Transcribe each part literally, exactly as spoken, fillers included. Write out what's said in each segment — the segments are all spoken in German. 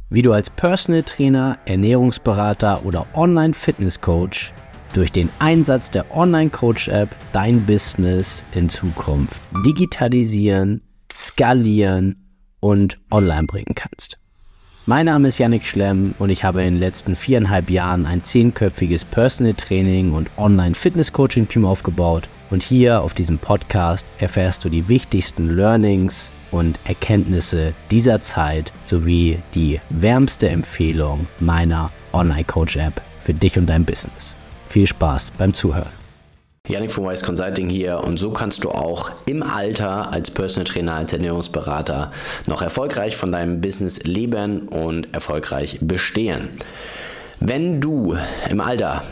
wie du als Personal Trainer, Ernährungsberater oder Online-Fitness-Coach durch den Einsatz der Online-Coach-App dein Business in Zukunft digitalisieren, skalieren und online bringen kannst. Mein Name ist Yannick Schlemm und ich habe in den letzten viereinhalb Jahren ein zehnköpfiges Personal Training und Online-Fitness-Coaching-Team aufgebaut und hier auf diesem Podcast erfährst du die wichtigsten Learnings und Erkenntnisse dieser Zeit sowie die wärmste Empfehlung meiner Online-Coach-App für dich und dein Business. Viel Spaß beim Zuhören. Yannick von Wise Consulting hier, und so kannst du auch im Alter als Personal Trainer, als Ernährungsberater noch erfolgreich von deinem Business leben und erfolgreich bestehen. Wenn du im Alter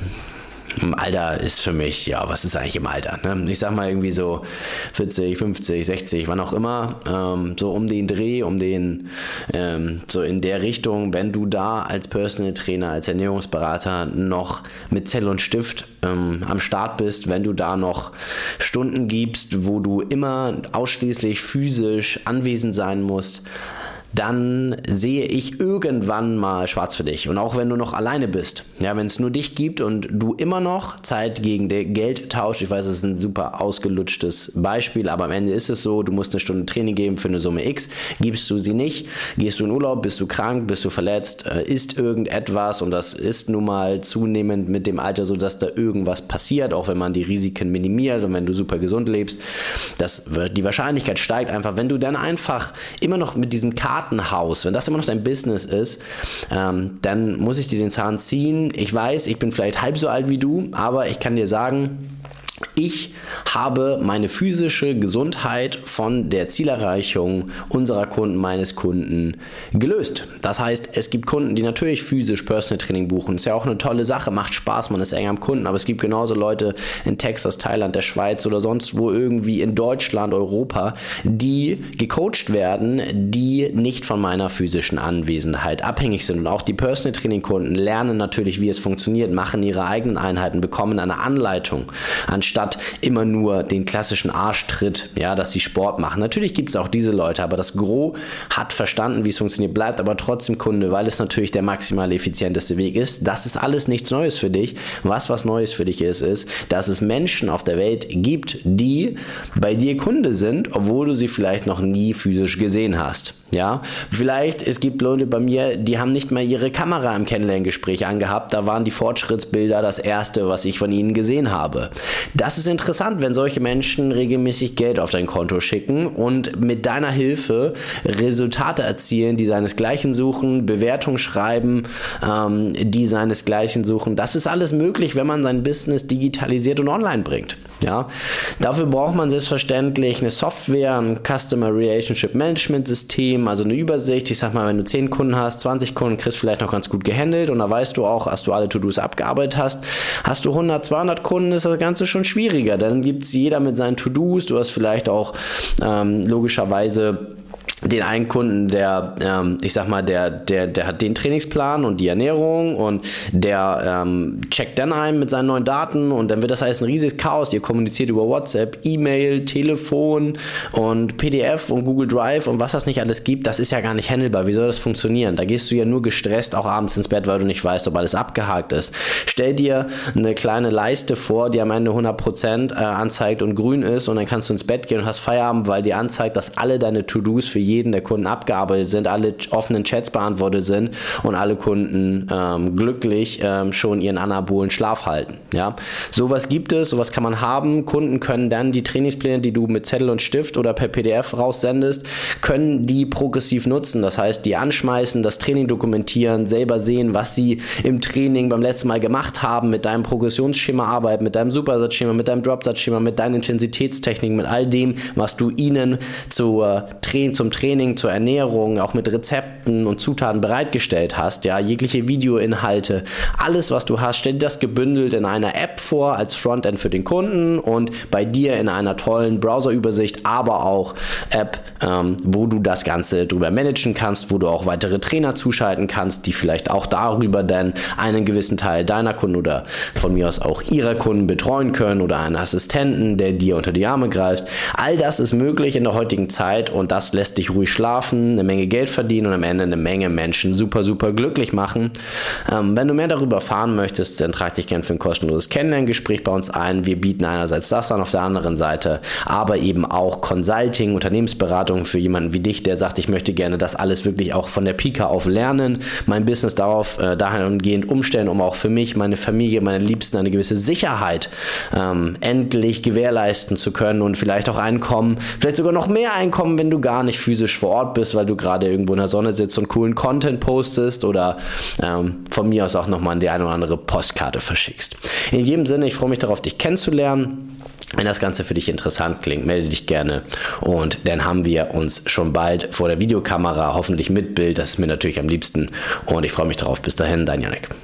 Im Alter ist für mich, ja, was ist eigentlich im Alter? Ne? Ich sag mal irgendwie so vierzig, fünfzig, sechzig, wann auch immer, ähm, so um den Dreh, um den, ähm, so in der Richtung, wenn du da als Personal Trainer, als Ernährungsberater noch mit Zettel und Stift ähm, am Start bist, wenn du da noch Stunden gibst, wo du immer ausschließlich physisch anwesend sein musst, dann sehe ich irgendwann mal schwarz für dich. Und auch wenn du noch alleine bist, ja, wenn es nur dich gibt und du immer noch Zeit gegen Geld tauschst, ich weiß, das ist ein super ausgelutschtes Beispiel, aber am Ende ist es so, du musst eine Stunde Training geben für eine Summe X, gibst du sie nicht, gehst du in Urlaub, bist du krank, bist du verletzt, äh, ist irgendetwas, und das ist nun mal zunehmend mit dem Alter so, dass da irgendwas passiert, auch wenn man die Risiken minimiert und wenn du super gesund lebst, das, die Wahrscheinlichkeit steigt einfach, wenn du dann einfach immer noch mit diesem Karten Haus, wenn das immer noch dein Business ist, ähm, dann muss ich dir den Zahn ziehen. Ich weiß, ich bin vielleicht halb so alt wie du, aber ich kann dir sagen, ich habe meine physische Gesundheit von der Zielerreichung unserer Kunden, meines Kunden gelöst. Das heißt, es gibt Kunden, die natürlich physisch Personal Training buchen. Ist ja auch eine tolle Sache, macht Spaß, man ist eng am Kunden, aber es gibt genauso Leute in Texas, Thailand, der Schweiz oder sonst wo irgendwie in Deutschland, Europa, die gecoacht werden, die nicht von meiner physischen Anwesenheit abhängig sind. Und auch die Personal Training Kunden lernen natürlich, wie es funktioniert, machen ihre eigenen Einheiten, bekommen eine Anleitung, anstatt immer nur den klassischen Arschtritt, ja, dass sie Sport machen. Natürlich gibt es auch diese Leute, aber das Gros hat verstanden, wie es funktioniert, bleibt aber trotzdem Kunde, weil es natürlich der maximal effizienteste Weg ist. Das ist alles nichts Neues für dich. Was was Neues für dich ist, ist, dass es Menschen auf der Welt gibt, die bei dir Kunde sind, obwohl du sie vielleicht noch nie physisch gesehen hast. Ja, vielleicht, es gibt Leute bei mir, die haben nicht mal ihre Kamera im Kennenlerngespräch angehabt, da waren die Fortschrittsbilder das erste, was ich von ihnen gesehen habe. Das ist interessant, wenn solche Menschen regelmäßig Geld auf dein Konto schicken und mit deiner Hilfe Resultate erzielen, die seinesgleichen suchen, Bewertungen schreiben, ähm, die seinesgleichen suchen. Das ist alles möglich, wenn man sein Business digitalisiert und online bringt. Ja, dafür braucht man selbstverständlich eine Software, ein Customer Relationship Management System, also eine Übersicht. Ich sag mal, wenn du zehn Kunden hast, zwanzig Kunden, kriegst du vielleicht noch ganz gut gehandelt, und da weißt du auch, als du alle To-Dos abgearbeitet hast, hast du hundert, zweihundert Kunden, ist das Ganze schon schwieriger. Dann gibt es jeder mit seinen To-Dos, du hast vielleicht auch ähm, logischerweise den einen Kunden, der, ähm, ich sag mal, der, der, der hat den Trainingsplan und die Ernährung, und der ähm, checkt dann ein mit seinen neuen Daten, und dann wird das alles ein riesiges Chaos. Ihr kommuniziert über WhatsApp, E-Mail, Telefon und P D F und Google Drive und was das nicht alles gibt. Das ist ja gar nicht handelbar. Wie soll das funktionieren? Da gehst du ja nur gestresst auch abends ins Bett, weil du nicht weißt, ob alles abgehakt ist. Stell dir eine kleine Leiste vor, die am Ende hundert Prozent äh, anzeigt und grün ist, und dann kannst du ins Bett gehen und hast Feierabend, weil die anzeigt, dass alle deine To-Dos für jeden der Kunden abgearbeitet sind, alle offenen Chats beantwortet sind und alle Kunden ähm, glücklich ähm, schon ihren anabolen Schlaf halten. Ja? Sowas gibt es, sowas kann man haben. Kunden können dann die Trainingspläne, die du mit Zettel und Stift oder per P D F raussendest, können die progressiv nutzen. Das heißt, die anschmeißen, das Training dokumentieren, selber sehen, was sie im Training beim letzten Mal gemacht haben, mit deinem Progressionsschema arbeiten, mit deinem Supersatzschema, mit deinem Dropsatzschema, mit deinen Intensitätstechniken, mit all dem, was du ihnen zur Tra- zum Training, zur Ernährung, auch mit Rezepten und Zutaten bereitgestellt hast, ja, jegliche Videoinhalte, alles, was du hast, stell dir das gebündelt in einer App vor, als Frontend für den Kunden und bei dir in einer tollen Browserübersicht, aber auch App, ähm, wo du das Ganze drüber managen kannst, wo du auch weitere Trainer zuschalten kannst, die vielleicht auch darüber dann einen gewissen Teil deiner Kunden oder von mir aus auch ihrer Kunden betreuen können oder einen Assistenten, der dir unter die Arme greift. All das ist möglich in der heutigen Zeit und das lässt lässt dich ruhig schlafen, eine Menge Geld verdienen und am Ende eine Menge Menschen super, super glücklich machen. Ähm, wenn du mehr darüber erfahren möchtest, dann trag dich gerne für ein kostenloses Kennenlerngespräch bei uns ein. Wir bieten einerseits das an, auf der anderen Seite aber eben auch Consulting, Unternehmensberatung für jemanden wie dich, der sagt, ich möchte gerne das alles wirklich auch von der Pika auf lernen, mein Business darauf äh, dahingehend umstellen, um auch für mich, meine Familie, meine Liebsten eine gewisse Sicherheit ähm, endlich gewährleisten zu können und vielleicht auch Einkommen, vielleicht sogar noch mehr Einkommen, wenn du gar nicht physisch vor Ort bist, weil du gerade irgendwo in der Sonne sitzt und coolen Content postest oder ähm, von mir aus auch nochmal die eine oder andere Postkarte verschickst. In jedem Sinne, ich freue mich darauf, dich kennenzulernen. Wenn das Ganze für dich interessant klingt, melde dich gerne und dann haben wir uns schon bald vor der Videokamera, hoffentlich mit Bild, das ist mir natürlich am liebsten und ich freue mich darauf. Bis dahin, dein Janik.